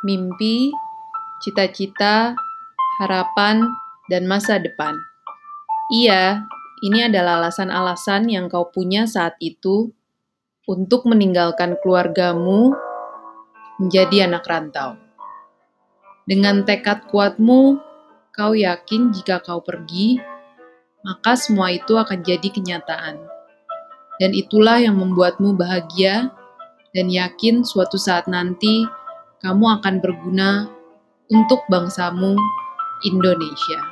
mimpi, cita-cita, harapan, dan masa depan. Iya, ini adalah alasan-alasan yang kau punya saat itu untuk meninggalkan keluargamu menjadi anak rantau. Dengan tekad kuatmu, kau yakin jika kau pergi, maka semua itu akan jadi kenyataan. Dan itulah yang membuatmu bahagia dan yakin suatu saat nanti kamu akan berguna untuk bangsamu, Indonesia.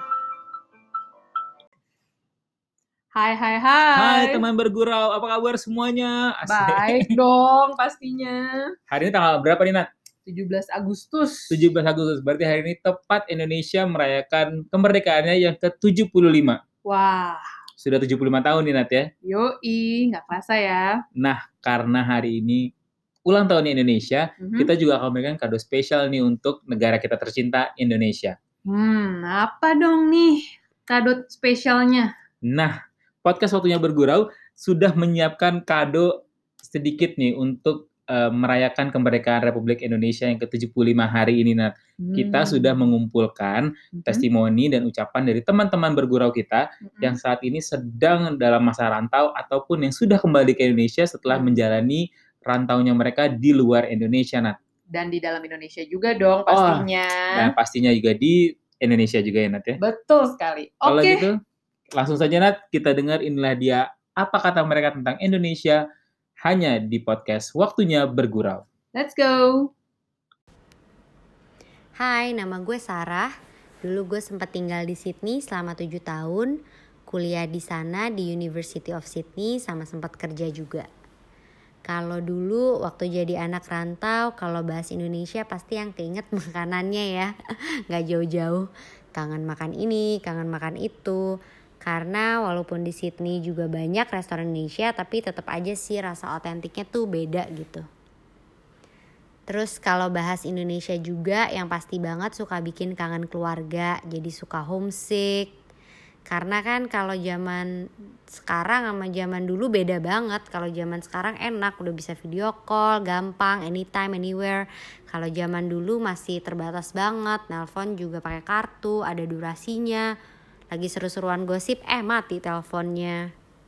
Hai Hai teman bergurau, apa kabar semuanya? Asik. Baik dong pastinya. Hari ini tanggal berapa nih, Nat? 17 Agustus. 17 Agustus, berarti hari ini tepat Indonesia merayakan kemerdekaannya yang ke-75. Wah, Sudah 75 tahun nih, Nat ya. yoi, nggak kerasa ya. Nah, karena hari ini ulang tahunnya Indonesia, kita juga akan memberikan kado spesial nih untuk negara kita tercinta, Indonesia. Apa dong nih kado spesialnya? Nah, podcast Waktunya Bergurau sudah menyiapkan kado sedikit nih untuk merayakan kemerdekaan Republik Indonesia yang ke-75 hari ini, Nat. Kita sudah mengumpulkan testimoni dan ucapan dari teman-teman bergurau kita yang saat ini sedang dalam masa rantau ataupun yang sudah kembali ke Indonesia setelah menjalani rantaunya mereka di luar Indonesia, Nat. Dan di dalam Indonesia juga dong pastinya. Dan pastinya juga di Indonesia juga ya, Nat ya. Betul sekali. Kalau gitu, langsung saja Nat, kita dengar inilah dia apa kata mereka tentang Indonesia hanya di podcast Waktunya Bergurau. Let's go! Hai, nama gue Sarah. Dulu gue sempat tinggal di Sydney selama 7 tahun. Kuliah di sana di University of Sydney sama sempat kerja juga. Kalau dulu waktu jadi anak rantau, kalau bahas Indonesia pasti yang keinget makanannya ya. Gak jauh-jauh, kangen makan ini, kangen makan itu. Karena walaupun di Sydney juga banyak restoran Indonesia, tapi tetap aja sih rasa otentiknya tuh beda gitu. Terus kalau bahas Indonesia juga yang pasti banget suka bikin kangen keluarga, jadi suka homesick. Karena kan kalau zaman sekarang sama zaman dulu beda banget. Kalau zaman sekarang enak, udah bisa video call, gampang, anytime, anywhere. Kalau zaman dulu masih terbatas banget, nelpon juga pakai kartu, ada durasinya. Lagi seru-seruan gosip, mati teleponnya.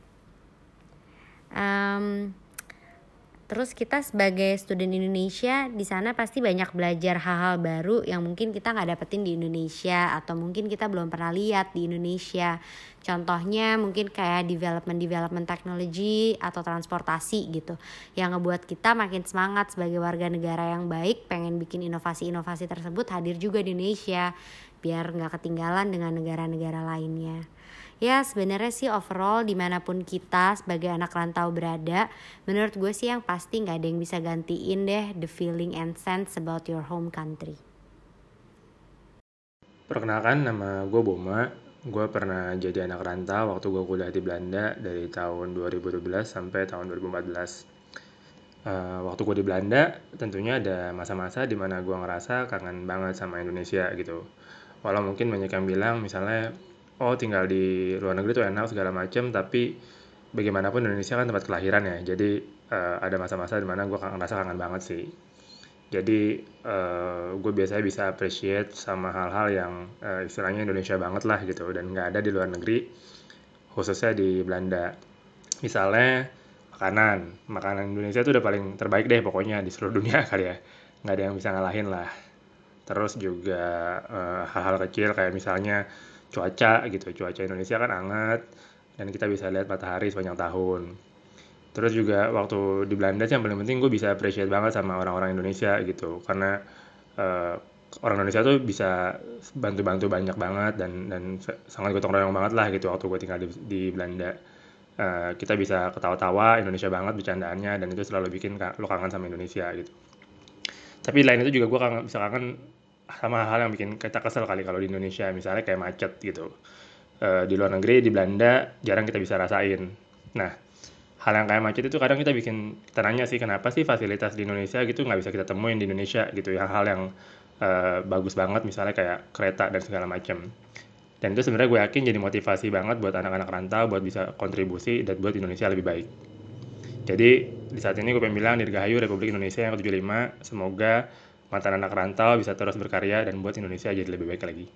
Terus kita sebagai student Indonesia di sana pasti banyak belajar hal-hal baru yang mungkin kita nggak dapetin di Indonesia atau mungkin kita belum pernah lihat di Indonesia. Contohnya mungkin kayak development teknologi atau transportasi gitu, yang ngebuat kita makin semangat sebagai warga negara yang baik, pengen bikin inovasi-inovasi tersebut hadir juga di Indonesia biar nggak ketinggalan dengan negara-negara lainnya. Ya sebenarnya sih overall dimanapun kita sebagai anak rantau berada, menurut gue sih yang pasti gak ada yang bisa gantiin deh the feeling and sense about your home country. Perkenalkan, nama gue Boma. Gue pernah jadi anak rantau waktu gue kuliah di Belanda dari tahun 2012 sampai tahun 2014. Waktu gue di Belanda tentunya ada masa-masa dimana gue ngerasa kangen banget sama Indonesia gitu. Walau mungkin banyak yang bilang misalnya tinggal di luar negeri tuh enak segala macem, tapi bagaimanapun Indonesia kan tempat kelahiran ya, jadi ada masa-masa dimana gue ngerasa kangen banget sih. Jadi gue biasanya bisa appreciate sama hal-hal yang istilahnya Indonesia banget lah gitu, dan nggak ada di luar negeri, khususnya di Belanda. Misalnya makanan Indonesia tuh udah paling terbaik deh pokoknya di seluruh dunia kali ya, nggak ada yang bisa ngalahin lah. Terus juga hal-hal kecil kayak misalnya cuaca Indonesia kan hangat dan kita bisa lihat matahari sepanjang tahun. Terus juga waktu di Belanda sih yang paling penting gue bisa appreciate banget sama orang-orang Indonesia gitu, karena orang Indonesia tuh bisa bantu-bantu banyak banget dan sangat gotong royong banget lah gitu waktu gue tinggal di Belanda. Kita bisa ketawa-tawa, Indonesia banget bercandaannya, dan itu selalu bikin lo kangen sama Indonesia gitu. Tapi lain itu juga gue bisa kangen sama hal yang bikin kita kesel kali kalau di Indonesia, misalnya kayak macet gitu. Di luar negeri, di Belanda jarang kita bisa rasain. Nah, hal yang kayak macet itu kadang kita nanya sih, kenapa sih fasilitas di Indonesia gitu nggak bisa kita temuin di Indonesia gitu, yang hal yang bagus banget misalnya kayak kereta dan segala macam. Dan itu sebenarnya gue yakin jadi motivasi banget buat anak-anak rantau buat bisa kontribusi dan buat Indonesia lebih baik. Jadi di saat ini gue pengen bilang dirgahayu Republik Indonesia yang ke-75, semoga mantan anak rantau bisa terus berkarya dan buat Indonesia jadi lebih baik lagi.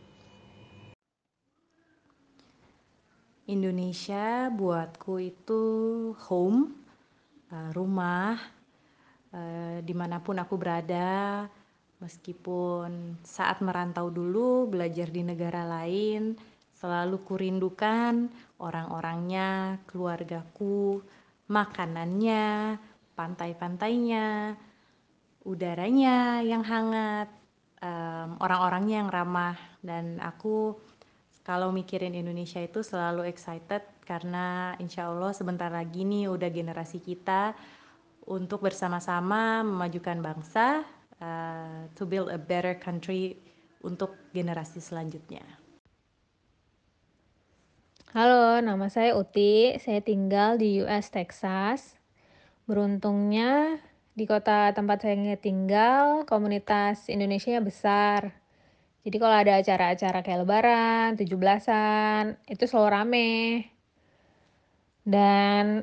Indonesia buatku itu home, rumah, dimanapun aku berada, meskipun saat merantau dulu belajar di negara lain, selalu kurindukan orang-orangnya, keluargaku, makanannya, pantai-pantainya, udaranya yang hangat, orang-orangnya yang ramah, dan aku kalau mikirin Indonesia itu selalu excited karena insya Allah sebentar lagi nih udah generasi kita untuk bersama-sama memajukan bangsa, to build a better country untuk generasi selanjutnya. Halo, nama saya Uti. Saya tinggal di US Texas. Beruntungnya di kota tempat saya tinggal, komunitas Indonesia besar. Jadi kalau ada acara-acara kayak Lebaran, 17-an, itu selalu rame. Dan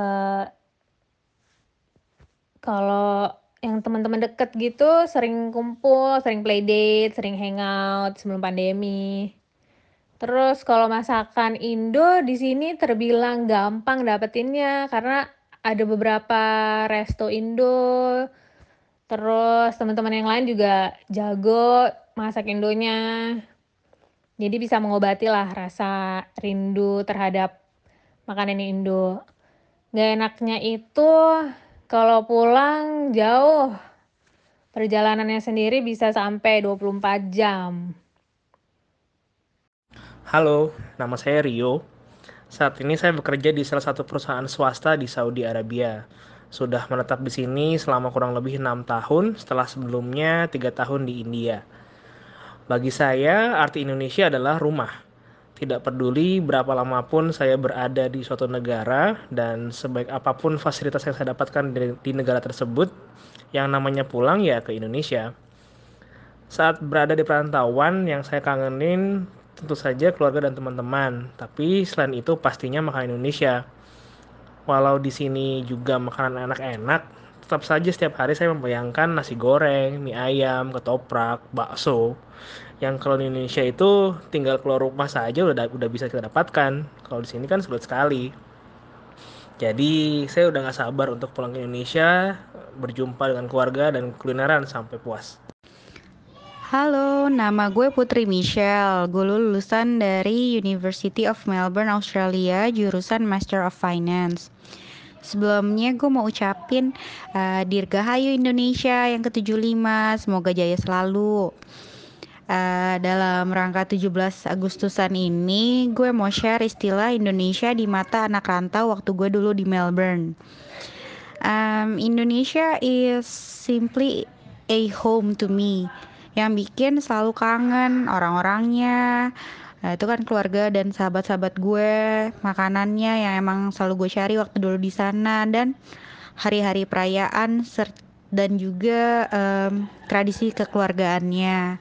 kalau yang teman-teman deket gitu sering kumpul, sering playdate, sering hangout sebelum pandemi. Terus kalau masakan Indo di sini terbilang gampang dapetinnya karena ada beberapa resto Indo. Terus teman-teman yang lain juga jago masak Indonya. Jadi bisa mengobati lah rasa rindu terhadap makanan Indo. Gak enaknya itu kalau pulang jauh, perjalanannya sendiri bisa sampai 24 jam. Halo, nama saya Rio. Saat ini saya bekerja di salah satu perusahaan swasta di Saudi Arabia. Sudah menetap di sini selama kurang lebih 6 tahun setelah sebelumnya 3 tahun di India. Bagi saya, arti Indonesia adalah rumah. Tidak peduli berapa lama pun saya berada di suatu negara dan sebaik apapun fasilitas yang saya dapatkan di negara tersebut, yang namanya pulang ya ke Indonesia. Saat berada di perantauan, yang saya kangenin tentu saja keluarga dan teman-teman. Tapi selain itu pastinya makanan Indonesia. Walau di sini juga makanan enak-enak, tetap saja setiap hari saya membayangkan nasi goreng, mie ayam, ketoprak, bakso. Yang kalau di Indonesia itu tinggal keluar rumah saja udah bisa kita dapatkan. Kalau di sini kan sulit sekali. Jadi saya udah gak sabar untuk pulang ke Indonesia, berjumpa dengan keluarga dan kulineran sampai puas. Halo, nama gue Putri Michelle. Gue lulusan dari University of Melbourne, Australia, jurusan Master of Finance. Sebelumnya gue mau ucapin Dirgahayu Indonesia yang ke-75, semoga jaya selalu. Dalam rangka 17 Agustusan ini, gue mau share istilah Indonesia di mata anak rantau waktu gue dulu di Melbourne. Indonesia is simply a home to me. Yang bikin selalu kangen orang-orangnya, itu kan keluarga dan sahabat-sahabat gue, makanannya yang emang selalu gue cari waktu dulu di sana, dan hari-hari perayaan dan juga tradisi kekeluargaannya.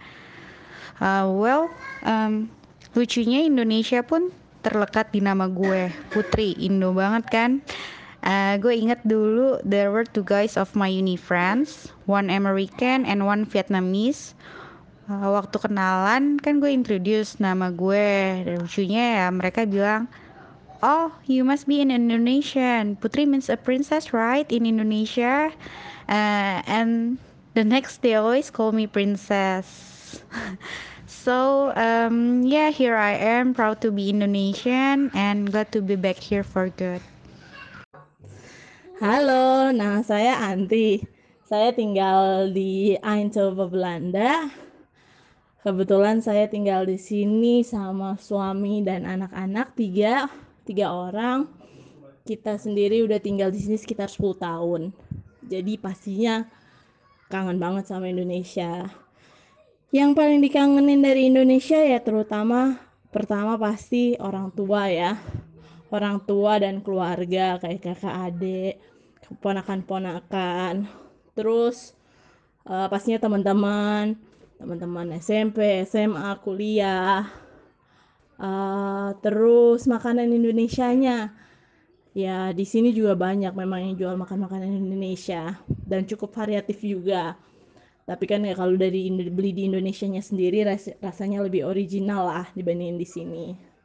Lucunya Indonesia pun terlekat di nama gue, Putri. Indo banget kan? Gue inget dulu there were 2 guys of my uni friends, one American and one Vietnamese. Waktu kenalan kan gue introduce nama gue, dan lucunya ya mereka bilang, "Oh, you must be an Indonesian. Putri means a princess, right, in Indonesia?" And the next they always call me princess. So yeah, here I am, proud to be Indonesian and glad to be back here for good. Halo, nama saya Anti. Saya tinggal di Eindhoven, Belanda. Kebetulan saya tinggal di sini sama suami dan anak-anak tiga orang. Kita sendiri udah tinggal di sini sekitar 10 tahun. Jadi pastinya kangen banget sama Indonesia. Yang paling dikangenin dari Indonesia ya pertama pasti orang tua ya. Orang tua dan keluarga kayak kakak adik, ponakan-ponakan. Terus pastinya teman-teman SMP, SMA, kuliah. Terus makanan Indonesianya. Ya di sini juga banyak memang yang jual makanan Indonesia dan cukup variatif juga. Tapi kan ya kalau beli di Indonesianya sendiri rasanya lebih original lah dibandingin di sini.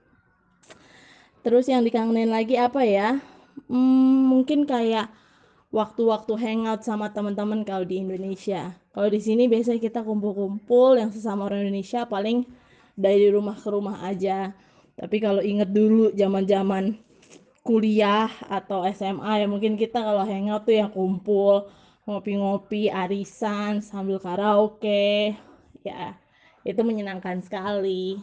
Terus yang dikangenin lagi apa ya? Mungkin kayak waktu-waktu hangout sama teman-teman kalau di Indonesia. Kalau di sini biasanya kita kumpul-kumpul yang sesama orang Indonesia paling dari rumah ke rumah aja. Tapi kalau inget dulu zaman-zaman kuliah atau SMA ya mungkin kita kalau hangout tuh ya kumpul, ngopi-ngopi, arisan, sambil karaoke. Ya, itu menyenangkan sekali.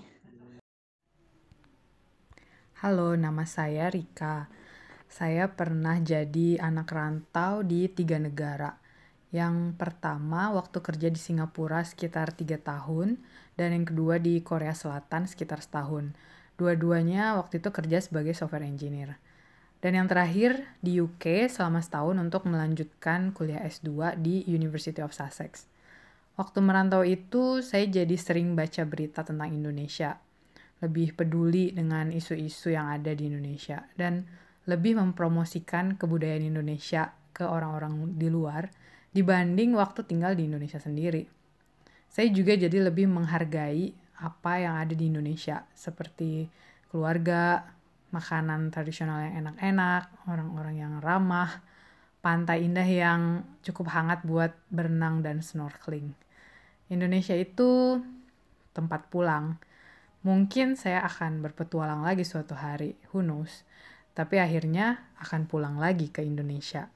Halo, nama saya Rika. Saya pernah jadi anak rantau di 3 negara. Yang pertama waktu kerja di Singapura sekitar 3 tahun, dan yang kedua di Korea Selatan sekitar setahun. Dua-duanya waktu itu kerja sebagai software engineer. Dan yang terakhir di UK selama setahun untuk melanjutkan kuliah S2 di University of Sussex. Waktu merantau itu saya jadi sering baca berita tentang Indonesia. Lebih peduli dengan isu-isu yang ada di Indonesia dan lebih mempromosikan kebudayaan Indonesia ke orang-orang di luar dibanding waktu tinggal di Indonesia sendiri. Saya juga jadi lebih menghargai apa yang ada di Indonesia seperti keluarga, makanan tradisional yang enak-enak, orang-orang yang ramah, pantai indah yang cukup hangat buat berenang dan snorkeling. Indonesia itu tempat pulang. Mungkin saya akan berpetualang lagi suatu hari, who knows. Tapi akhirnya akan pulang lagi ke Indonesia.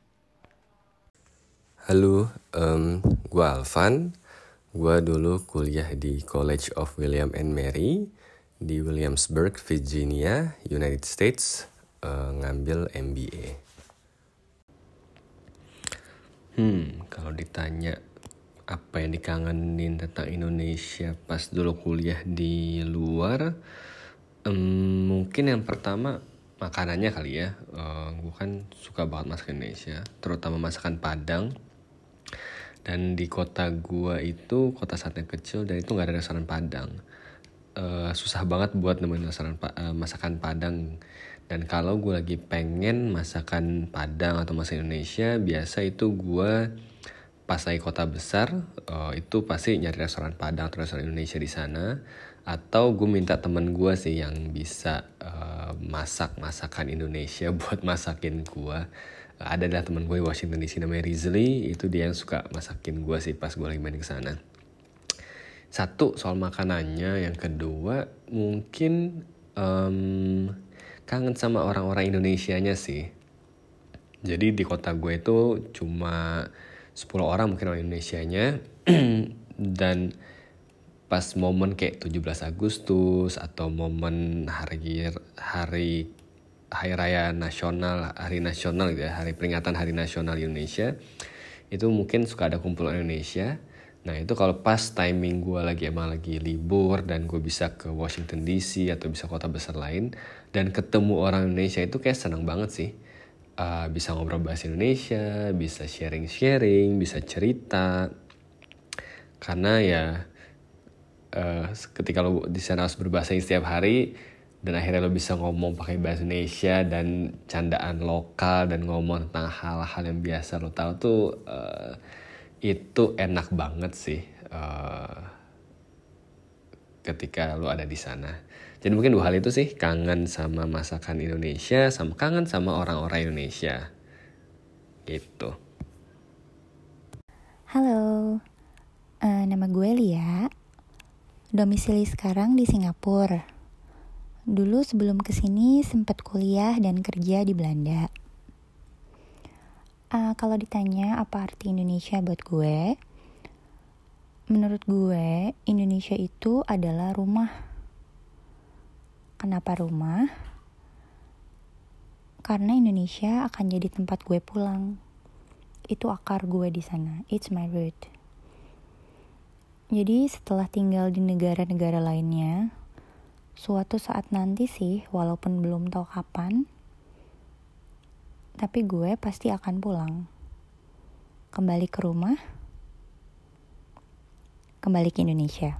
Halo, gue Alvan. Gue dulu kuliah di College of William and Mary di Williamsburg, Virginia, United States, ngambil MBA. Kalau ditanya apa yang dikangenin tentang Indonesia pas dulu kuliah di luar, mungkin yang pertama makanannya kali ya. Gue kan suka banget masak Indonesia, terutama masakan Padang. Dan di kota gue itu kota sate kecil dan itu nggak ada restoran Padang. Susah banget buat nemuin restoran masakan Padang. Dan kalau gue lagi pengen masakan Padang atau masakan Indonesia, biasa itu gue pas lagi kota besar, itu pasti nyari restoran Padang atau restoran Indonesia di sana. Atau gue minta temen gue sih yang bisa masak masakan Indonesia buat masakin gue. Ada dah temen gue di Washington DC namanya Rizli, itu dia yang suka masakin gue sih pas gue lagi main ke sana. Satu soal makanannya, yang kedua mungkin kangen sama orang-orang Indonesianya sih. Jadi di kota gue itu cuma 10 orang mungkin orang Indonesianya. Dan pas momen kayak 17 Agustus atau momen hari raya nasional, hari nasional gitu ya, hari peringatan hari nasional Indonesia, itu mungkin suka ada kumpulan Indonesia. Nah itu kalau pas timing gue emang lagi libur dan gue bisa ke Washington DC atau bisa kota besar lain dan ketemu orang Indonesia, itu kayak seneng banget sih. Bisa ngobrol bahasa Indonesia, bisa sharing-sharing, bisa cerita. Karena ya ketika lo di sana harus berbahasa setiap hari dan akhirnya lo bisa ngomong pakai bahasa Indonesia dan candaan lokal dan ngomong tentang hal-hal yang biasa lo tahu tuh, itu enak banget sih ketika lo ada di sana. Jadi mungkin 2 hal itu sih, kangen sama masakan Indonesia, sama kangen sama orang-orang Indonesia. Gitu. Halo, nama gue Lia. Domisili sekarang di Singapura. Dulu sebelum kesini sempat kuliah dan kerja di Belanda. Kalau ditanya apa arti Indonesia buat gue, menurut gue Indonesia itu adalah rumah. Kenapa rumah? Karena Indonesia akan jadi tempat gue pulang. Itu akar gue di sana. It's my root. Jadi setelah tinggal di negara-negara lainnya, suatu saat nanti sih, walaupun belum tahu kapan, tapi gue pasti akan pulang. Kembali ke rumah, kembali ke Indonesia.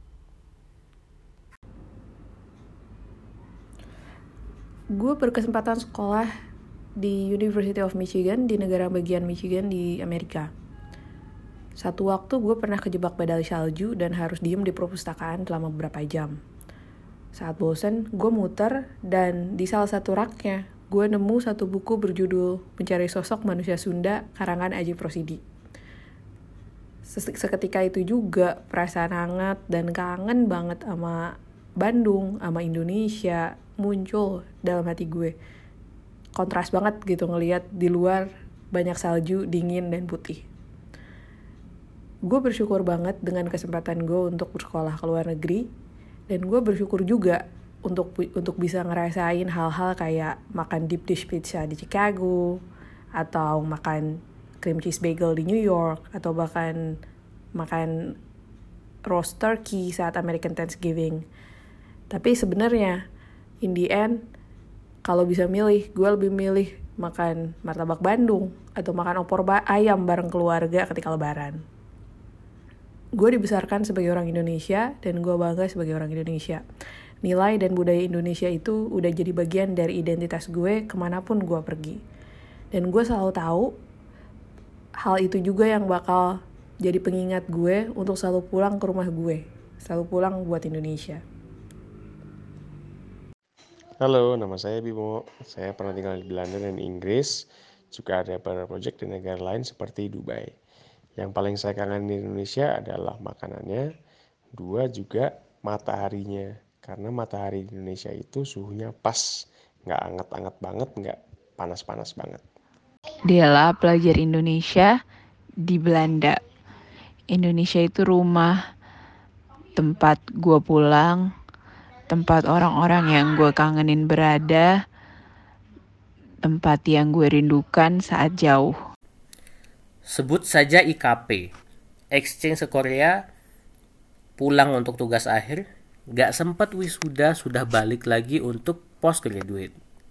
Gue berkesempatan sekolah di University of Michigan, di negara bagian Michigan di Amerika. Satu waktu gue pernah kejebak badai salju dan harus diem di perpustakaan selama beberapa jam. Saat bosen, gue muter dan di salah satu raknya, gue nemu satu buku berjudul Mencari Sosok Manusia Sunda karangan Aji Prosidi. Seketika itu juga perasaan hangat dan kangen banget sama Bandung, sama Indonesia muncul dalam hati gue. Kontras banget gitu ngelihat di luar banyak salju, dingin dan putih. Gue bersyukur banget dengan kesempatan gue untuk bersekolah ke luar negeri, dan gue bersyukur juga untuk bisa ngerasain hal-hal kayak makan deep dish pizza di Chicago, atau makan cream cheese bagel di New York, atau bahkan makan roast turkey saat American Thanksgiving. Tapi sebenarnya in the end, kalau bisa milih, gue lebih milih makan martabak Bandung atau makan opor ayam bareng keluarga ketika lebaran. Gue dibesarkan sebagai orang Indonesia dan gue bangga sebagai orang Indonesia. Nilai dan budaya Indonesia itu udah jadi bagian dari identitas gue kemanapun gue pergi. Dan gue selalu tahu hal itu juga yang bakal jadi pengingat gue untuk selalu pulang ke rumah gue. Selalu pulang buat Indonesia. Halo, nama saya Bimo. Saya pernah tinggal di Belanda dan Inggris. Juga ada beberapa proyek di negara lain seperti Dubai. Yang paling saya kangen di Indonesia adalah makanannya. 2 juga mataharinya. Karena matahari di Indonesia itu suhunya pas. Nggak anget-anget banget, nggak panas-panas banget. Dela, pelajar Indonesia di Belanda. Indonesia itu rumah, tempat gue pulang, tempat orang-orang yang gue kangenin berada, tempat yang gue rindukan saat jauh. Sebut saja IKP, exchange ke Korea, pulang untuk tugas akhir, gak sempat wisuda sudah balik lagi untuk postgraduate.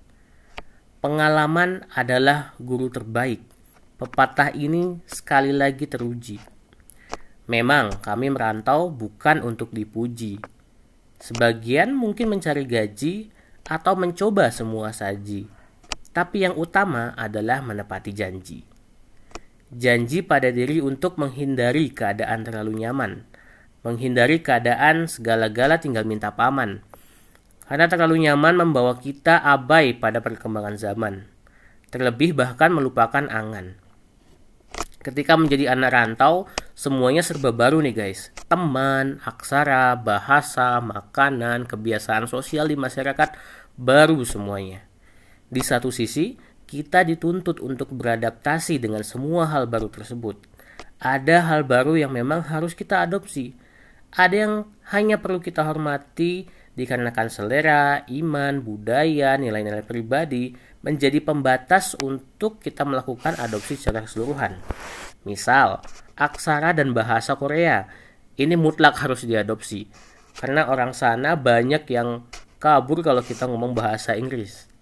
Pengalaman adalah guru terbaik. Pepatah ini sekali lagi teruji. Memang kami merantau bukan untuk dipuji. Sebagian mungkin mencari gaji atau mencoba semua saji. Tapi yang utama adalah menepati janji. Janji pada diri untuk menghindari keadaan terlalu nyaman. Menghindari keadaan segala-gala tinggal minta paman. Karena terlalu nyaman membawa kita abai pada perkembangan zaman. Terlebih bahkan melupakan angan. Ketika menjadi anak rantau, semuanya serba baru nih guys. Teman, aksara, bahasa, makanan, kebiasaan sosial di masyarakat, baru semuanya. Di satu sisi, kita dituntut untuk beradaptasi dengan semua hal baru tersebut. Ada hal baru yang memang harus kita adopsi. Ada yang hanya perlu kita hormati dikarenakan selera, iman, budaya, nilai-nilai pribadi menjadi pembatas untuk kita melakukan adopsi secara keseluruhan. Misal, aksara dan bahasa Korea. Ini mutlak harus diadopsi. Karena orang sana banyak yang kabur kalau kita ngomong bahasa Inggris.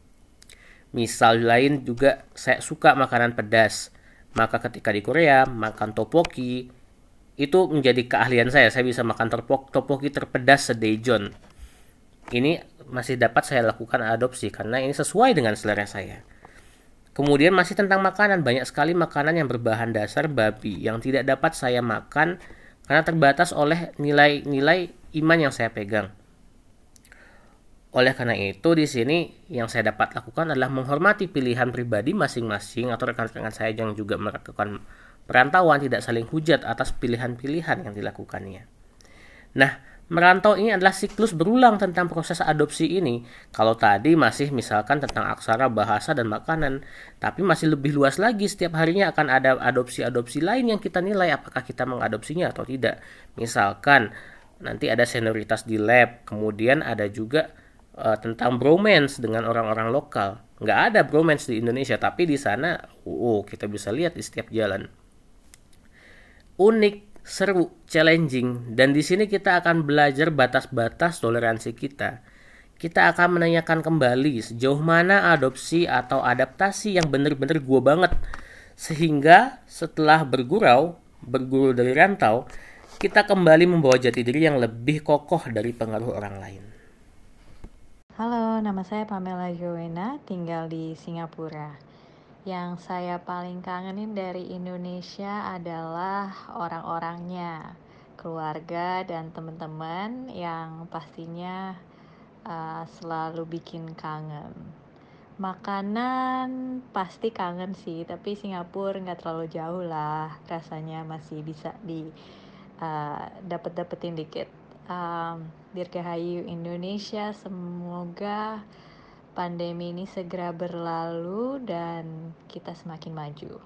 Misal lain juga, saya suka makanan pedas. Maka ketika di Korea, makan tteokbokki itu menjadi keahlian saya. Saya bisa makan tteokbokki terpedas se-daejeon. Ini masih dapat saya lakukan adopsi karena ini sesuai dengan selera saya. Kemudian masih tentang makanan, banyak sekali makanan yang berbahan dasar babi yang tidak dapat saya makan karena terbatas oleh nilai-nilai iman yang saya pegang. Oleh karena itu di sini yang saya dapat lakukan adalah menghormati pilihan pribadi masing-masing atau rekan-rekan saya yang juga melakukan perantauan, tidak saling hujat atas pilihan-pilihan yang dilakukannya. Nah, merantau ini adalah siklus berulang tentang proses adopsi ini. Kalau tadi masih misalkan tentang aksara, bahasa, dan makanan, tapi masih lebih luas lagi. Setiap harinya akan ada adopsi-adopsi lain yang kita nilai apakah kita mengadopsinya atau tidak. Misalkan nanti ada senioritas di lab, kemudian ada juga tentang bromance dengan orang-orang lokal. Nggak ada bromance di Indonesia, tapi di sana kita bisa lihat di setiap jalan. Unik, seru, challenging, dan di sini kita akan belajar batas-batas toleransi kita. Kita akan menanyakan kembali sejauh mana adopsi atau adaptasi yang benar-benar gue banget. Sehingga setelah berguru dari rantau, kita kembali membawa jati diri yang lebih kokoh dari pengaruh orang lain. Halo, nama saya Pamela Jowena, tinggal di Singapura. Yang saya paling kangenin dari Indonesia adalah orang-orangnya, keluarga dan teman-teman yang pastinya selalu bikin kangen. Makanan pasti kangen sih, tapi Singapura nggak terlalu jauh lah, rasanya masih bisa dapetin dikit. Dirgahayu Indonesia, semoga pandemi ini segera berlalu dan kita semakin maju.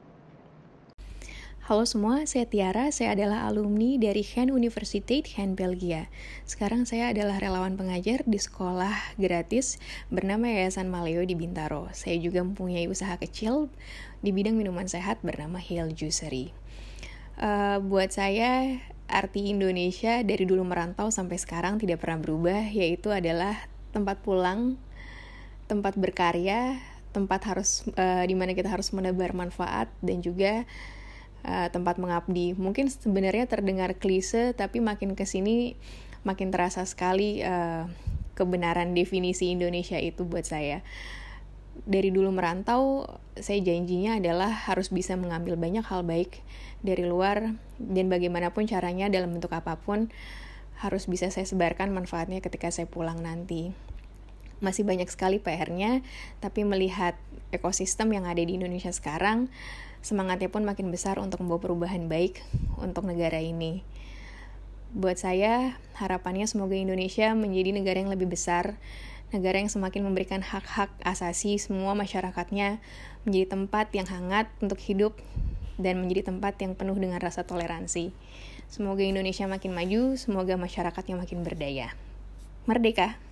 Halo semua, saya Tiara, saya adalah alumni dari Ghent Universiteit Ghent, Belgia. Sekarang saya adalah relawan pengajar di sekolah gratis bernama Yayasan Maleo di Bintaro. Saya juga mempunyai usaha kecil di bidang minuman sehat bernama Hale Juicery. Buat saya, arti Indonesia dari dulu merantau sampai sekarang tidak pernah berubah, yaitu adalah tempat pulang, tempat berkarya, tempat di mana kita harus menebar manfaat dan juga tempat mengabdi. Mungkin sebenarnya terdengar klise, tapi makin kesini makin terasa sekali kebenaran definisi Indonesia itu buat saya. Dari dulu merantau, saya janjinya adalah harus bisa mengambil banyak hal baik dari luar, dan bagaimanapun caranya dalam bentuk apapun, harus bisa saya sebarkan manfaatnya ketika saya pulang nanti. Masih banyak sekali PR-nya, tapi melihat ekosistem yang ada di Indonesia sekarang, semangatnya pun makin besar untuk membawa perubahan baik untuk negara ini. Buat saya, harapannya semoga Indonesia menjadi negara yang lebih besar, negara yang semakin memberikan hak-hak asasi semua masyarakatnya, menjadi tempat yang hangat untuk hidup, dan menjadi tempat yang penuh dengan rasa toleransi. Semoga Indonesia makin maju, semoga masyarakatnya makin berdaya. Merdeka!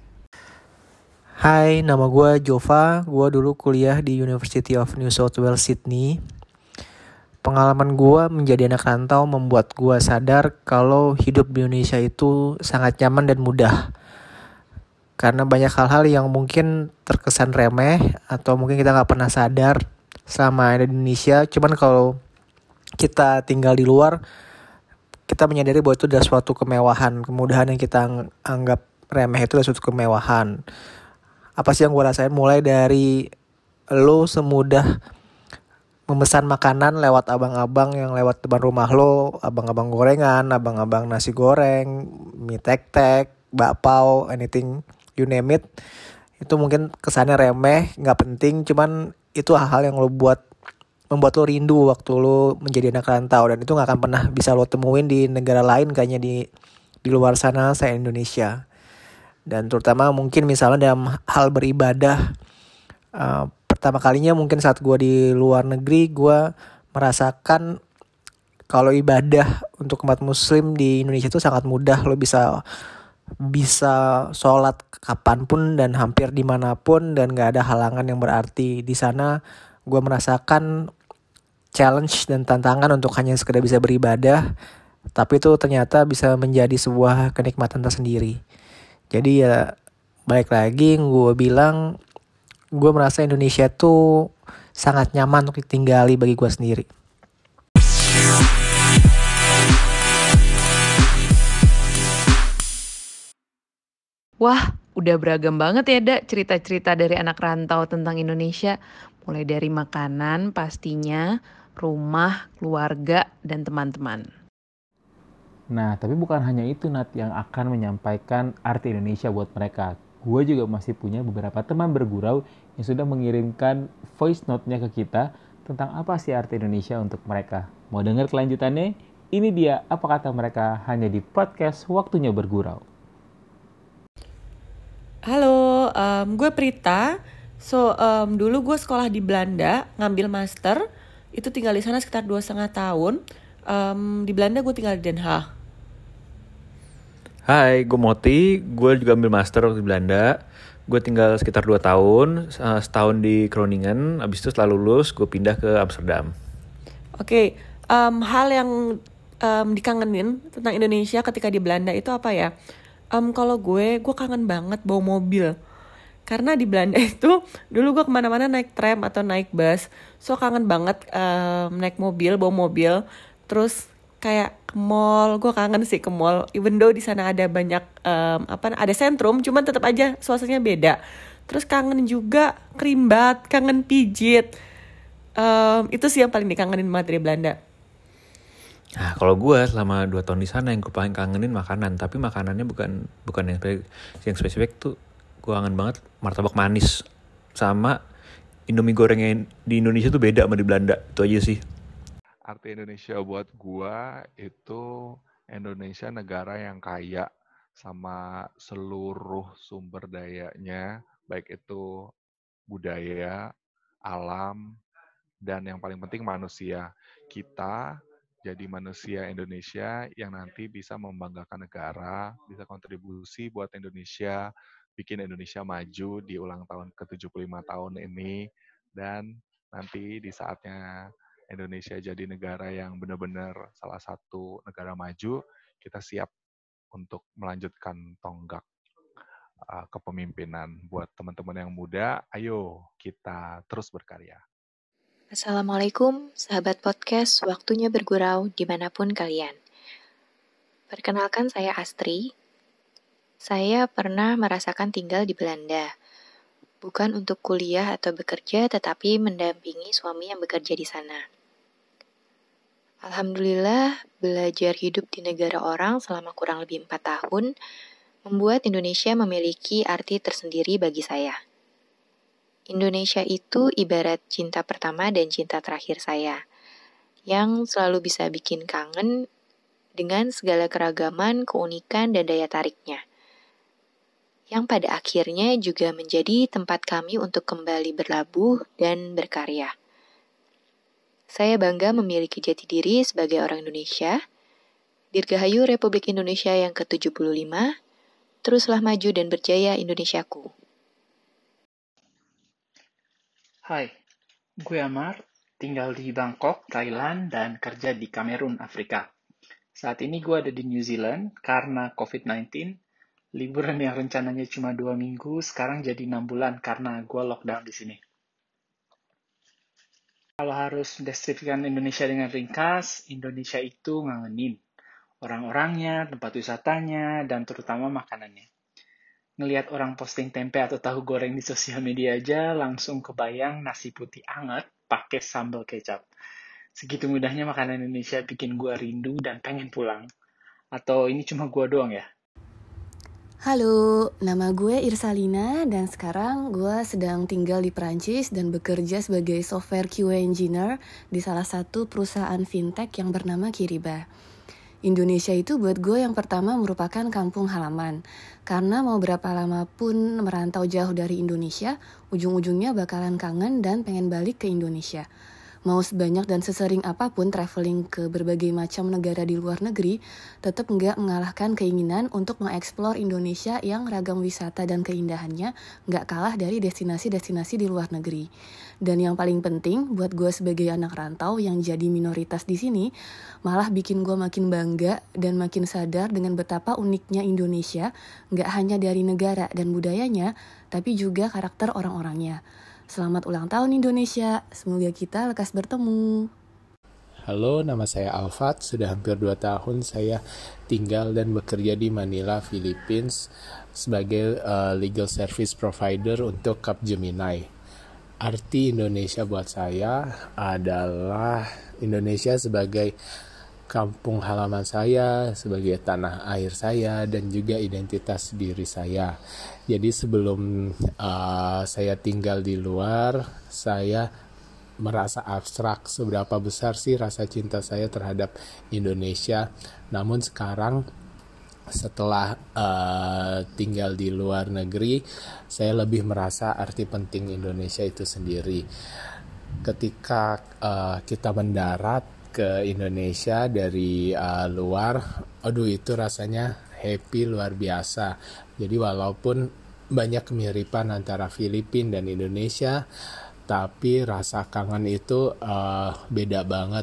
Hai, nama gue Jova. Gue dulu kuliah di University of New South Wales, Sydney. Pengalaman gue menjadi anak rantau membuat gue sadar kalau hidup di Indonesia itu sangat nyaman dan mudah. Karena banyak hal-hal yang mungkin terkesan remeh atau mungkin kita gak pernah sadar selama ada di Indonesia. Cuman kalau kita tinggal di luar, kita menyadari bahwa itu adalah suatu kemewahan. Kemudahan yang kita anggap remeh itu adalah suatu kemewahan. Apa sih yang gue rasain? Mulai dari lo semudah memesan makanan lewat abang-abang yang lewat depan rumah lo, abang-abang gorengan, abang-abang nasi goreng, mie tek-tek, bakpao, anything, you name it. Itu mungkin kesannya remeh, gak penting, cuman itu hal-hal yang membuat lo rindu waktu lo menjadi anak rantau, dan itu gak akan pernah bisa lo temuin di negara lain kayaknya di luar sana selain Indonesia. Dan terutama mungkin misalnya dalam hal beribadah, pertama kalinya mungkin saat gue di luar negeri, gue merasakan kalau ibadah untuk umat muslim di Indonesia itu sangat mudah. Lo bisa sholat kapanpun dan hampir dimanapun, dan gak ada halangan yang berarti. Di sana gue merasakan challenge dan tantangan untuk hanya sekedar bisa beribadah, tapi itu ternyata bisa menjadi sebuah kenikmatan tersendiri. Jadi ya balik lagi gue bilang, gue merasa Indonesia tuh sangat nyaman untuk ditinggali bagi gue sendiri. Wah, udah beragam banget ya, Dak, cerita-cerita dari anak rantau tentang Indonesia. Mulai dari makanan pastinya, rumah, keluarga, dan teman-teman. Nah, tapi bukan hanya itu, Nat, yang akan menyampaikan arti Indonesia buat mereka. Gue juga masih punya beberapa teman bergurau yang sudah mengirimkan voice note-nya ke kita tentang apa sih arti Indonesia untuk mereka. Mau dengar kelanjutannya? Ini dia apa kata mereka hanya di podcast Waktunya Bergurau. Halo, gue Prita. Dulu gue sekolah di Belanda, ngambil master. Itu tinggal di sana sekitar 2,5 tahun. Di Belanda gue tinggal di Den Haag. Hai, gue Moti. Gue juga ambil master di Belanda. Gue tinggal sekitar 2 tahun, setahun di Groningen. Abis itu setelah lulus, gue pindah ke Amsterdam. Oke, hal yang dikangenin tentang Indonesia ketika di Belanda itu apa ya? Kalau gue kangen banget bawa mobil. Karena di Belanda itu dulu gue kemana-mana naik tram atau naik bus. So kangen banget naik mobil, bawa mobil. Terus kayak ke mall, gue kangen sih ke mall. Even though di sana ada banyak ada sentrum, cuman tetap aja suasananya beda. Terus kangen juga kerimbat, kangen pijit. Itu sih yang paling dikangenin banget dari Belanda. Nah, kalau gue selama 2 tahun di sana yang gue paling kangenin makanan, tapi makanannya bukan yang spesifik tuh. Gue kangen banget martabak manis sama Indomie goreng yang di Indonesia tuh beda sama di Belanda. Itu aja sih. Arti Indonesia buat gua itu Indonesia negara yang kaya sama seluruh sumber dayanya, baik itu budaya, alam, dan yang paling penting manusia. Kita jadi manusia Indonesia yang nanti bisa membanggakan negara, bisa kontribusi buat Indonesia, bikin Indonesia maju di ulang tahun ke-75 tahun ini, dan nanti di saatnya Indonesia jadi negara yang benar-benar salah satu negara maju, kita siap untuk melanjutkan tonggak kepemimpinan. Buat teman-teman yang muda, ayo kita terus berkarya. Assalamualaikum, sahabat podcast, waktunya bergurau dimanapun kalian. Perkenalkan saya Astri. Saya pernah merasakan tinggal di Belanda. Bukan untuk kuliah atau bekerja, tetapi mendampingi suami yang bekerja di sana. Alhamdulillah, belajar hidup di negara orang selama kurang lebih 4 tahun membuat Indonesia memiliki arti tersendiri bagi saya. Indonesia itu ibarat cinta pertama dan cinta terakhir saya, yang selalu bisa bikin kangen dengan segala keragaman, keunikan, dan daya tariknya. Yang pada akhirnya juga menjadi tempat kami untuk kembali berlabuh dan berkarya. Saya bangga memiliki jati diri sebagai orang Indonesia. Dirgahayu Republik Indonesia yang ke-75, teruslah maju dan berjaya Indonesiaku. Hai, gue Amar, tinggal di Bangkok, Thailand, dan kerja di Kamerun, Afrika. Saat ini gue ada di New Zealand karena COVID-19. Liburan yang rencananya cuma 2 minggu, sekarang jadi 6 bulan karena gue lockdown di sini. Kalau harus mendeskripsikan Indonesia dengan ringkas, Indonesia itu ngangenin. Orang-orangnya, tempat wisatanya, dan terutama makanannya. Ngelihat orang posting tempe atau tahu goreng di sosial media aja, langsung kebayang nasi putih anget pakai sambal kecap. Segitu mudahnya makanan Indonesia bikin gue rindu dan pengen pulang. Atau ini cuma gue doang ya? Halo, nama gue Irsalina dan sekarang gue sedang tinggal di Perancis dan bekerja sebagai software QA engineer di salah satu perusahaan fintech yang bernama Kiriba. Indonesia itu buat gue yang pertama merupakan kampung halaman. Karena mau berapa lama pun merantau jauh dari Indonesia, ujung-ujungnya bakalan kangen dan pengen balik ke Indonesia. Mau sebanyak dan sesering apapun traveling ke berbagai macam negara di luar negeri, tetap nggak mengalahkan keinginan untuk mengeksplor Indonesia yang ragam wisata dan keindahannya nggak kalah dari destinasi-destinasi di luar negeri. Dan yang paling penting buat gue sebagai anak rantau yang jadi minoritas di sini, malah bikin gue makin bangga dan makin sadar dengan betapa uniknya Indonesia, nggak hanya dari negara dan budayanya, tapi juga karakter orang-orangnya. Selamat ulang tahun Indonesia, semoga kita lekas bertemu. Halo, nama saya Alfat, sudah hampir 2 tahun saya tinggal dan bekerja di Manila, Philippines sebagai legal service provider untuk Capgemini. Arti Indonesia buat saya adalah Indonesia sebagai kampung halaman saya, sebagai tanah air saya, dan juga identitas diri saya. Jadi sebelum saya tinggal di luar, saya merasa abstrak seberapa besar sih rasa cinta saya terhadap Indonesia. Namun sekarang setelah tinggal di luar negeri, saya lebih merasa arti penting Indonesia itu sendiri. Ketika kita mendarat ke Indonesia dari luar, aduh itu rasanya happy luar biasa. Jadi walaupun banyak kemiripan antara Filipina dan Indonesia, tapi rasa kangen itu beda banget.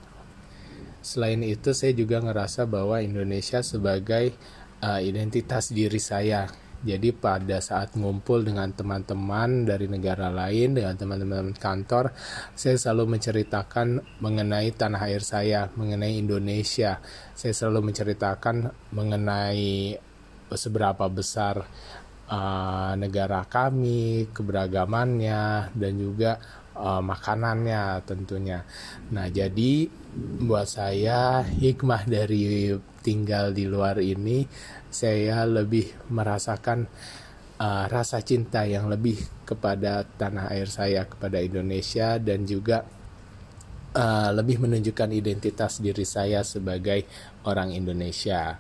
Selain itu saya juga ngerasa bahwa Indonesia sebagai identitas diri saya. Jadi pada saat ngumpul dengan teman-teman dari negara lain, dengan teman-teman kantor, saya selalu menceritakan mengenai tanah air saya, mengenai Indonesia. Saya selalu menceritakan mengenai seberapa besar negara kami, keberagamannya, dan juga makanannya tentunya. Nah, jadi buat saya hikmah dari tinggal di luar ini, saya lebih merasakan rasa cinta yang lebih kepada tanah air saya, kepada Indonesia, dan juga lebih menunjukkan identitas diri saya sebagai orang Indonesia.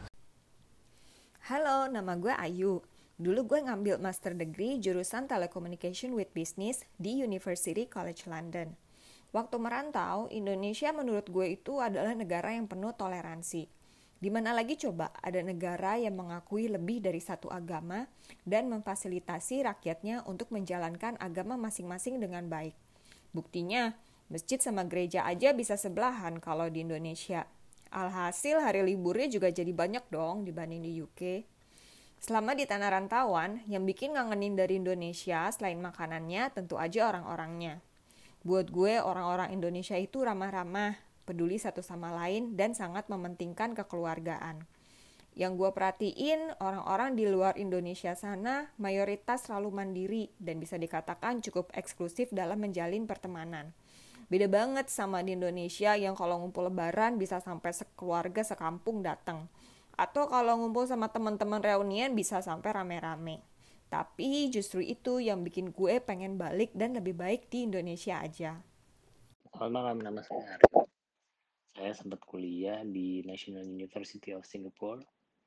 Halo, nama gue Ayu. Dulu gue ngambil master degree jurusan Telecommunication with Business di University College London. Waktu merantau, Indonesia menurut gue itu adalah negara yang penuh toleransi. Dimana lagi coba ada negara yang mengakui lebih dari satu agama dan memfasilitasi rakyatnya untuk menjalankan agama masing-masing dengan baik. Buktinya, masjid sama gereja aja bisa sebelahan kalau di Indonesia. Alhasil hari liburnya juga jadi banyak dong dibanding di UK. Selama di tanah rantauan, yang bikin ngangenin dari Indonesia selain makanannya tentu aja orang-orangnya. Buat gue, orang-orang Indonesia itu ramah-ramah, peduli satu sama lain, dan sangat mementingkan kekeluargaan. Yang gue perhatiin, orang-orang di luar Indonesia sana mayoritas selalu mandiri dan bisa dikatakan cukup eksklusif dalam menjalin pertemanan. Beda banget sama di Indonesia yang kalau ngumpul lebaran bisa sampai sekeluarga sekampung datang. Atau kalau ngumpul sama teman-teman reunian bisa sampai rame-rame. Tapi justru itu yang bikin gue pengen balik dan lebih baik di Indonesia aja. Selamat malam, nama saya Arif. Saya sempat kuliah di National University of Singapore.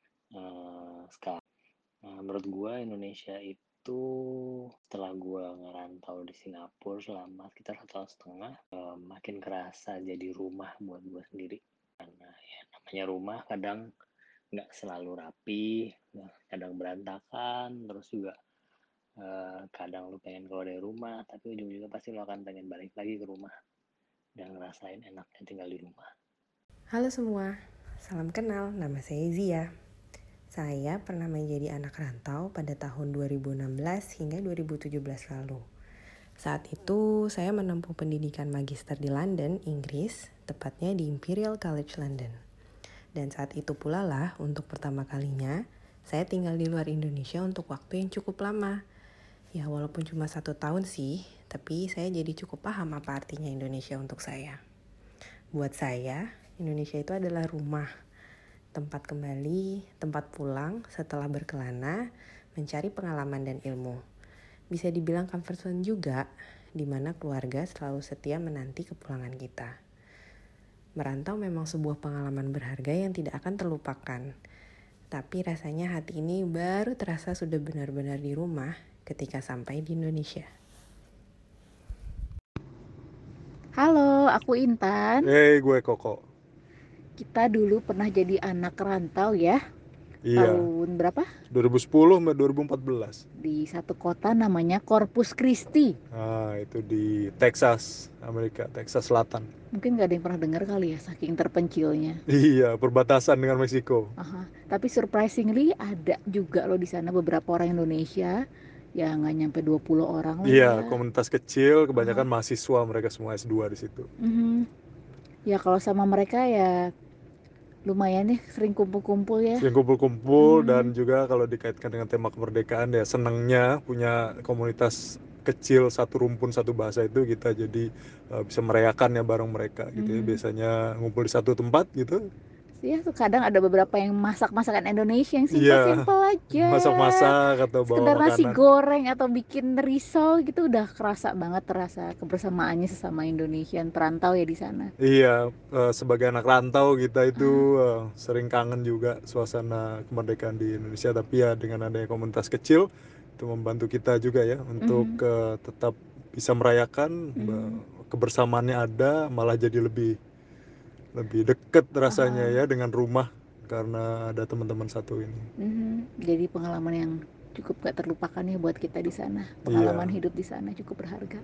Sekarang, menurut gue Indonesia itu setelah gue ngerantau di Singapura selama sekitar 1,5 tahun, makin kerasa jadi rumah buat gue sendiri. Karena ya namanya rumah kadang nggak selalu rapi, kadang berantakan, terus juga kadang lu pengen keluar dari rumah, tapi ujung-ujungnya pasti lu akan pengen balik lagi ke rumah dan ngerasain enaknya tinggal di rumah. Halo semua, salam kenal, nama saya Zia. Saya pernah menjadi anak rantau pada tahun 2016 hingga 2017 lalu. Saat itu saya menempuh pendidikan magister di London, Inggris, tepatnya di Imperial College London. Dan saat itu pula lah untuk pertama kalinya saya tinggal di luar Indonesia untuk waktu yang cukup lama. Ya walaupun cuma 1 tahun sih, tapi saya jadi cukup paham apa artinya Indonesia untuk saya. Buat saya, Indonesia itu adalah rumah, tempat kembali, tempat pulang setelah berkelana, mencari pengalaman dan ilmu. Bisa dibilang comfort zone juga, di mana keluarga selalu setia menanti kepulangan kita. Merantau memang sebuah pengalaman berharga yang tidak akan terlupakan. Tapi rasanya hati ini baru terasa sudah benar-benar di rumah ketika sampai di Indonesia. Halo, aku Intan. Hey, gue Koko. Kita dulu pernah jadi anak rantau ya. Iya. Tahun berapa? 2010 sampai 2014. Di satu kota namanya Corpus Christi. Nah, itu di Texas, Amerika, Texas Selatan. Mungkin gak ada yang pernah dengar kali ya, saking terpencilnya. Iya, perbatasan dengan Meksiko. Tapi surprisingly ada juga loh di sana beberapa orang Indonesia yang nggak nyampe 20 orang lah. Iya, komunitas kecil, kebanyakan mahasiswa, mereka semua S2 di situ. Ya kalau sama mereka ya lumayan nih, sering kumpul-kumpul ya. Sering kumpul-kumpul dan juga kalau dikaitkan dengan tema kemerdekaan ya senangnya punya komunitas kecil, satu rumpun, satu bahasa itu kita jadi bisa merayakan ya bareng mereka gitu ya. Biasanya ngumpul di satu tempat gitu. Ya tuh kadang ada beberapa yang masak-masakan Indonesia yang simpel-simpel aja. Masak-masak atau bawa sekedar makanan. Nasi goreng atau bikin risol gitu udah kerasa banget, terasa kebersamaannya sesama Indonesia yang perantau ya di sana. Iya, sebagai anak rantau kita itu sering kangen juga suasana kemerdekaan di Indonesia, tapi ya dengan adanya komunitas kecil itu membantu kita juga ya untuk tetap bisa merayakan, kebersamaannya ada, malah jadi lebih deket rasanya ya dengan rumah karena ada teman-teman satu ini. Jadi pengalaman yang cukup gak terlupakan ya buat kita di sana. Pengalaman hidup di sana cukup berharga.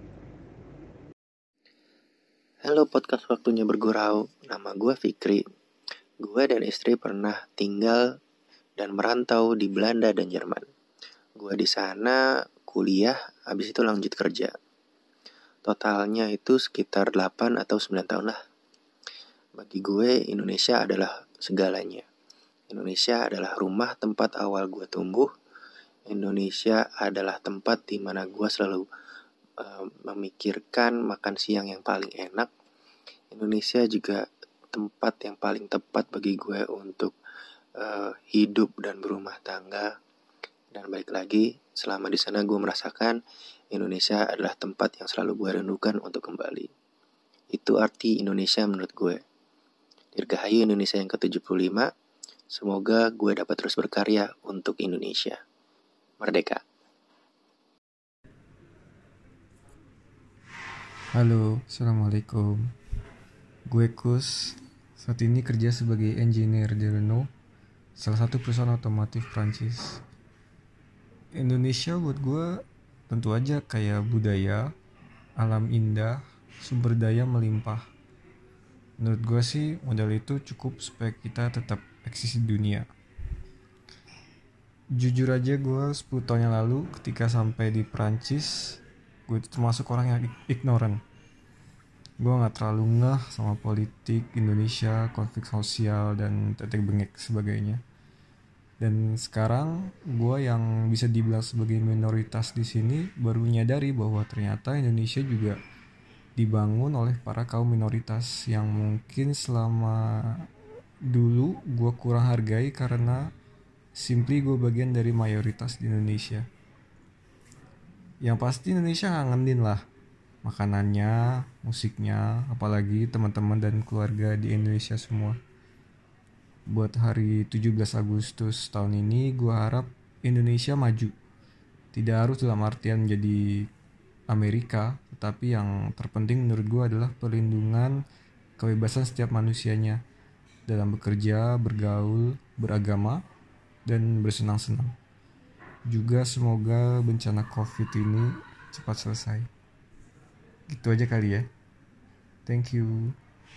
Halo podcast Waktunya Bergurau, nama gue Fikri. Gue dan istri pernah tinggal dan merantau di Belanda dan Jerman. Gue di sana kuliah, habis itu lanjut kerja. Totalnya itu sekitar 8 atau 9 tahun lah. Bagi gue, Indonesia adalah segalanya. Indonesia adalah rumah tempat awal gue tumbuh. Indonesia adalah tempat di mana gue selalu memikirkan makan siang yang paling enak, Indonesia juga tempat yang paling tepat bagi gue untuk hidup dan berumah tangga. Dan balik lagi, selama di sana gue merasakan Indonesia adalah tempat yang selalu gue rindukan untuk kembali. Itu arti Indonesia menurut gue. Dirgahayu Indonesia yang ke-75. Semoga gue dapat terus berkarya untuk Indonesia. Merdeka. Halo, Assalamualaikum. Gue Kus, saat ini kerja sebagai engineer di Renault, salah satu perusahaan otomotif Prancis. Indonesia buat gue tentu aja kayak budaya, alam indah, sumber daya melimpah. Menurut gue sih modal itu cukup supaya kita tetap eksis di dunia. Jujur aja gue 10 tahun yang lalu ketika sampai di Prancis, gue itu termasuk orang yang ignorant. Gue gak terlalu ngeh sama politik Indonesia, konflik sosial, dan tetek bengek sebagainya. Dan sekarang gue yang bisa dibilang sebagai minoritas di sini baru menyadari bahwa ternyata Indonesia juga dibangun oleh para kaum minoritas yang mungkin selama dulu gue kurang hargai karena simply gue bagian dari mayoritas di Indonesia. Yang pasti Indonesia ngangenin lah makanannya, musiknya, apalagi teman-teman dan keluarga di Indonesia semua. Buat hari 17 Agustus tahun ini gue harap Indonesia maju. Tidak harus dalam artian menjadi Amerika, tetapi yang terpenting menurut gue adalah perlindungan kebebasan setiap manusianya dalam bekerja, bergaul, beragama, dan bersenang-senang. Juga semoga bencana COVID ini cepat selesai. Gitu aja kali ya. Thank you.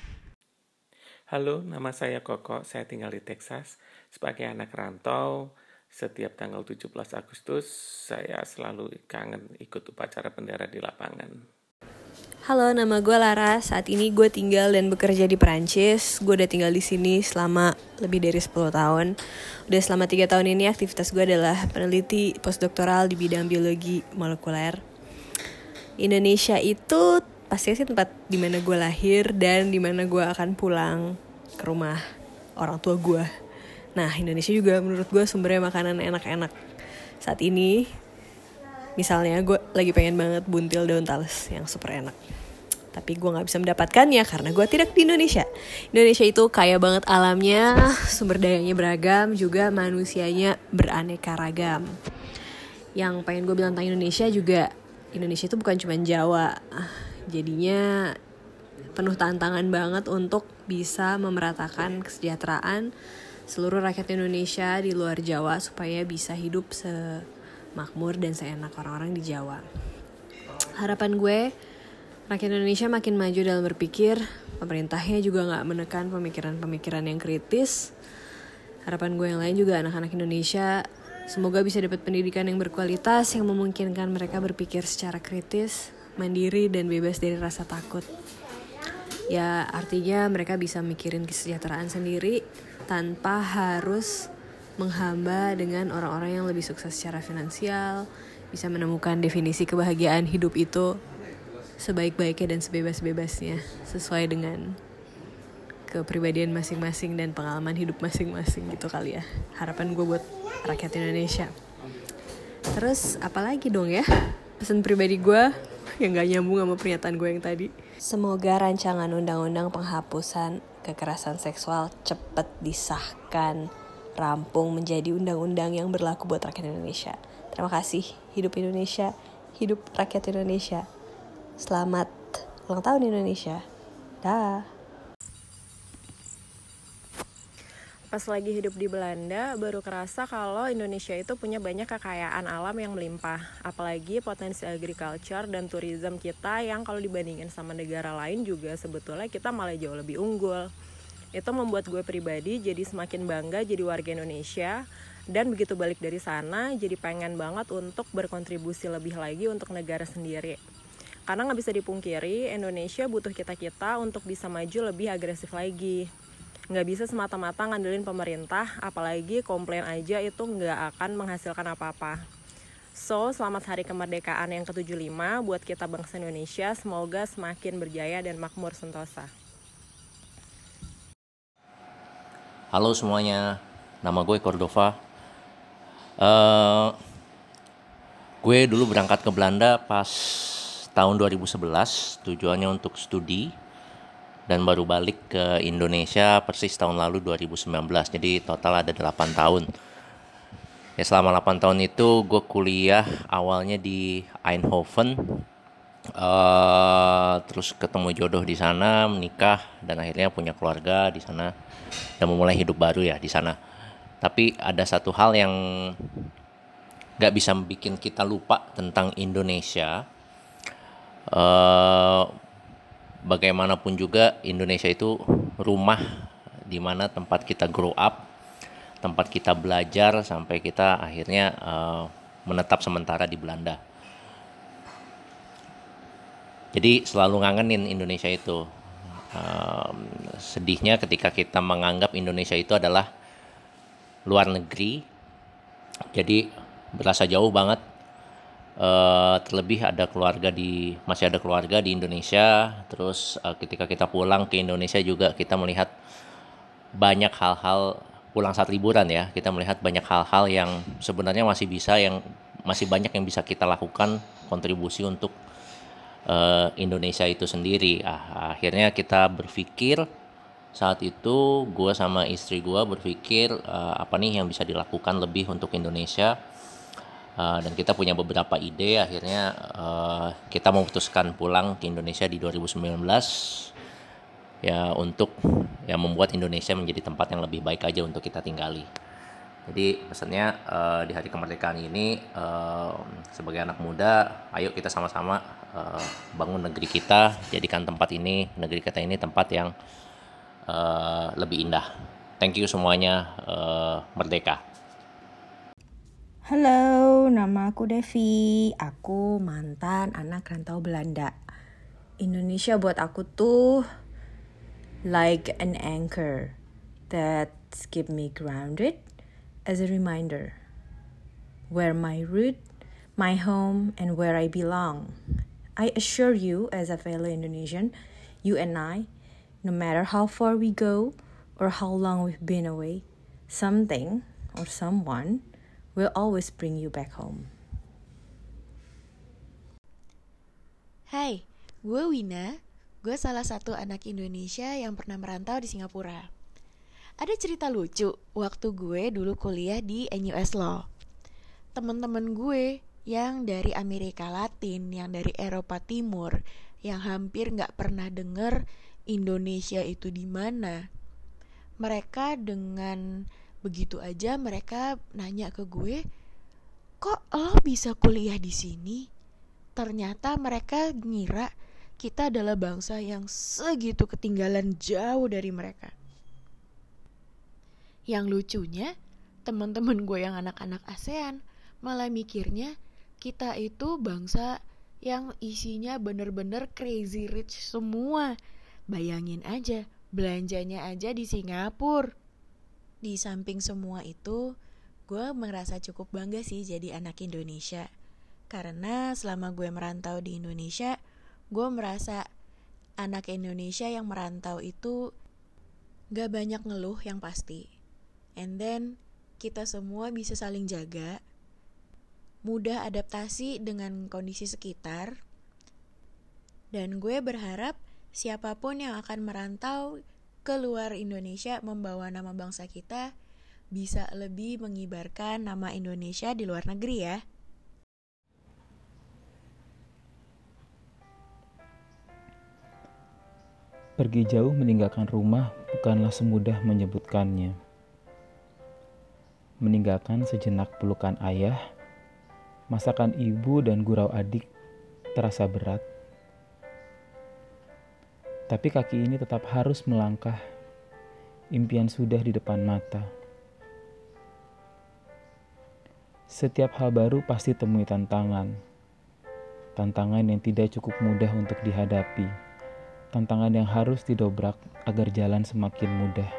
Halo, nama saya Koko, saya tinggal di Texas. Sebagai anak rantau, setiap tanggal 17 Agustus, saya selalu kangen ikut upacara bendera di lapangan. Halo, nama gue Lara. Saat ini gue tinggal dan bekerja di Perancis. Gue udah tinggal di sini selama lebih dari 10 tahun. Udah selama 3 tahun ini aktivitas gue adalah peneliti postdoktoral di bidang biologi molekuler. Indonesia itu pastinya sih tempat dimana gue lahir dan dimana gue akan pulang ke rumah orang tua gue. Nah, Indonesia juga menurut gue sumbernya makanan enak-enak. Saat ini, misalnya gue lagi pengen banget buntil daun tales yang super enak. Tapi gue gak bisa mendapatkannya karena gue tidak di Indonesia. Indonesia itu kaya banget alamnya, sumber dayanya beragam, juga manusianya beraneka ragam. Yang pengen gue bilang tentang Indonesia juga, Indonesia itu bukan cuma Jawa. Jadinya penuh tantangan banget untuk bisa memeratakan kesejahteraan seluruh rakyat Indonesia di luar Jawa supaya bisa hidup semakmur dan seenak orang-orang di Jawa. Harapan gue, rakyat Indonesia makin maju dalam berpikir, pemerintahnya juga gak menekan pemikiran-pemikiran yang kritis. Harapan gue yang lain juga anak-anak Indonesia semoga bisa dapat pendidikan yang berkualitas yang memungkinkan mereka berpikir secara kritis, mandiri, dan bebas dari rasa takut. Ya, artinya mereka bisa mikirin kesejahteraan sendiri tanpa harus menghamba dengan orang-orang yang lebih sukses secara finansial, bisa menemukan definisi kebahagiaan hidup itu sebaik-baiknya dan sebebas-bebasnya sesuai dengan kepribadian masing-masing dan pengalaman hidup masing-masing gitu kali ya. Harapan gue buat rakyat Indonesia. Terus apalagi dong ya pesan pribadi gue yang gak nyambung sama pernyataan gue yang tadi. Semoga rancangan undang-undang penghapusan kekerasan seksual cepat disahkan, rampung menjadi undang-undang yang berlaku buat rakyat Indonesia. Terima kasih. Hidup Indonesia, hidup rakyat Indonesia. Selamat ulang tahun Indonesia. Dah. Pas lagi hidup di Belanda, baru kerasa kalau Indonesia itu punya banyak kekayaan alam yang melimpah. Apalagi potensi agriculture dan tourism kita yang kalau dibandingin sama negara lain juga sebetulnya kita malah jauh lebih unggul. Itu membuat gue pribadi jadi semakin bangga jadi warga Indonesia. Dan begitu balik dari sana, jadi pengen banget untuk berkontribusi lebih lagi untuk negara sendiri. Karena gak bisa dipungkiri, Indonesia butuh kita-kita untuk bisa maju lebih agresif lagi. Nggak bisa semata-mata ngandelin pemerintah, apalagi komplain aja itu nggak akan menghasilkan apa-apa. So, selamat Hari Kemerdekaan yang ke-75 buat kita bangsa Indonesia. Semoga semakin berjaya dan makmur sentosa. Halo semuanya, nama gue Cordova. Gue dulu berangkat ke Belanda pas tahun 2011, tujuannya untuk studi, dan baru balik ke Indonesia persis tahun lalu 2019, jadi total ada 8 tahun. Ya, selama 8 tahun itu gue kuliah awalnya di Eindhoven, terus ketemu jodoh di sana, menikah, dan akhirnya punya keluarga di sana dan memulai hidup baru ya di sana. Tapi ada satu hal yang gak bisa bikin kita lupa tentang Indonesia. Bagaimanapun juga Indonesia itu rumah di mana tempat kita grow up, tempat kita belajar sampai kita akhirnya menetap sementara di Belanda. Jadi selalu ngangenin Indonesia itu. Sedihnya ketika kita menganggap Indonesia itu adalah luar negeri, jadi berasa jauh banget. Terlebih masih ada keluarga di Indonesia. Terus ketika kita pulang ke Indonesia juga kita melihat banyak hal-hal, pulang saat liburan ya, kita melihat banyak hal-hal yang sebenarnya masih banyak yang bisa kita lakukan kontribusi untuk Indonesia itu sendiri. Akhirnya kita berpikir saat itu, gue sama istri gue berpikir apa nih yang bisa dilakukan lebih untuk Indonesia. Dan kita punya beberapa ide. Akhirnya kita memutuskan pulang ke Indonesia di 2019 ya, untuk membuat Indonesia menjadi tempat yang lebih baik aja untuk kita tinggali. Jadi pesannya di hari kemerdekaan ini, sebagai anak muda, ayo kita sama-sama bangun negeri kita, jadikan negeri kita ini tempat yang lebih indah. Thank you semuanya. Merdeka. Halo, nama aku Devi. Aku mantan anak rantau Belanda. Indonesia buat aku tuh like an anchor that keep me grounded as a reminder where my root, my home, and where I belong. I assure you, as a fellow Indonesian, you and I, no matter how far we go or how long we've been away, something or someone will always bring you back home. Hai, gue Wina. Gue salah satu anak Indonesia yang pernah merantau di Singapura. Ada cerita lucu waktu gue dulu kuliah di NUS Law. Temen-temen gue yang dari Amerika Latin, yang dari Eropa Timur, yang hampir gak pernah denger Indonesia itu di mana. Mereka dengan begitu aja mereka nanya ke gue, kok lo bisa kuliah di sini? Ternyata mereka ngira kita adalah bangsa yang segitu ketinggalan jauh dari mereka. Yang lucunya, teman-teman gue yang anak-anak ASEAN malah mikirnya kita itu bangsa yang isinya bener-bener crazy rich semua. Bayangin aja, belanjanya aja di Singapura. Di samping semua itu, gue merasa cukup bangga sih jadi anak Indonesia. Karena selama gue merantau di Indonesia, gue merasa anak Indonesia yang merantau itu gak banyak ngeluh yang pasti. And then kita semua bisa saling jaga, mudah adaptasi dengan kondisi sekitar. Dan gue berharap siapapun yang akan merantau ke luar Indonesia membawa nama bangsa kita bisa lebih mengibarkan nama Indonesia di luar negeri ya. Pergi jauh meninggalkan rumah bukanlah semudah menyebutkannya. Meninggalkan sejenak pelukan ayah, masakan ibu dan gurau adik terasa berat. Tapi kaki ini tetap harus melangkah. Impian sudah di depan mata. Setiap hal baru pasti temui tantangan. Tantangan yang tidak cukup mudah untuk dihadapi. Tantangan yang harus didobrak agar jalan semakin mudah.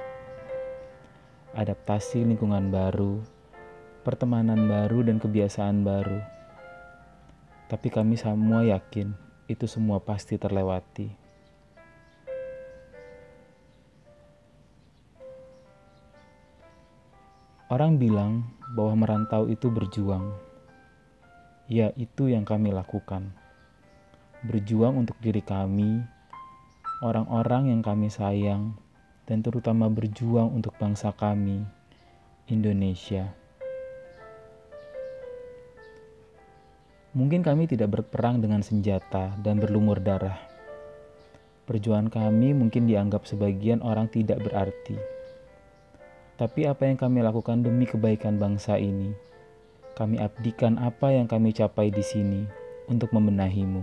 Adaptasi lingkungan baru, pertemanan baru dan kebiasaan baru, Tapi kami semua yakin itu semua pasti terlewati. Orang bilang bahwa merantau itu berjuang. Ya, itu yang kami lakukan. Berjuang untuk diri kami, orang-orang yang kami sayang, dan terutama berjuang untuk bangsa kami, Indonesia. Mungkin kami tidak berperang dengan senjata dan berlumur darah. Perjuangan kami mungkin dianggap sebagian orang tidak berarti. Tapi apa yang kami lakukan demi kebaikan bangsa ini, kami abdikan apa yang kami capai di sini untuk membenahimu.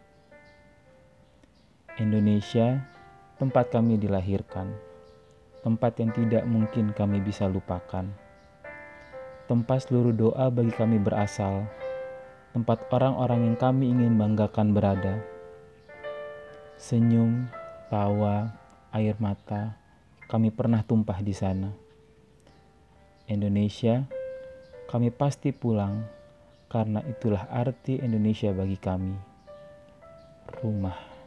Indonesia, tempat kami dilahirkan, tempat yang tidak mungkin kami bisa lupakan, tempat seluruh doa bagi kami berasal, tempat orang-orang yang kami ingin banggakan berada. Senyum, tawa, air mata, kami pernah tumpah di sana. Indonesia, kami pasti pulang karena itulah arti Indonesia bagi kami. Rumah.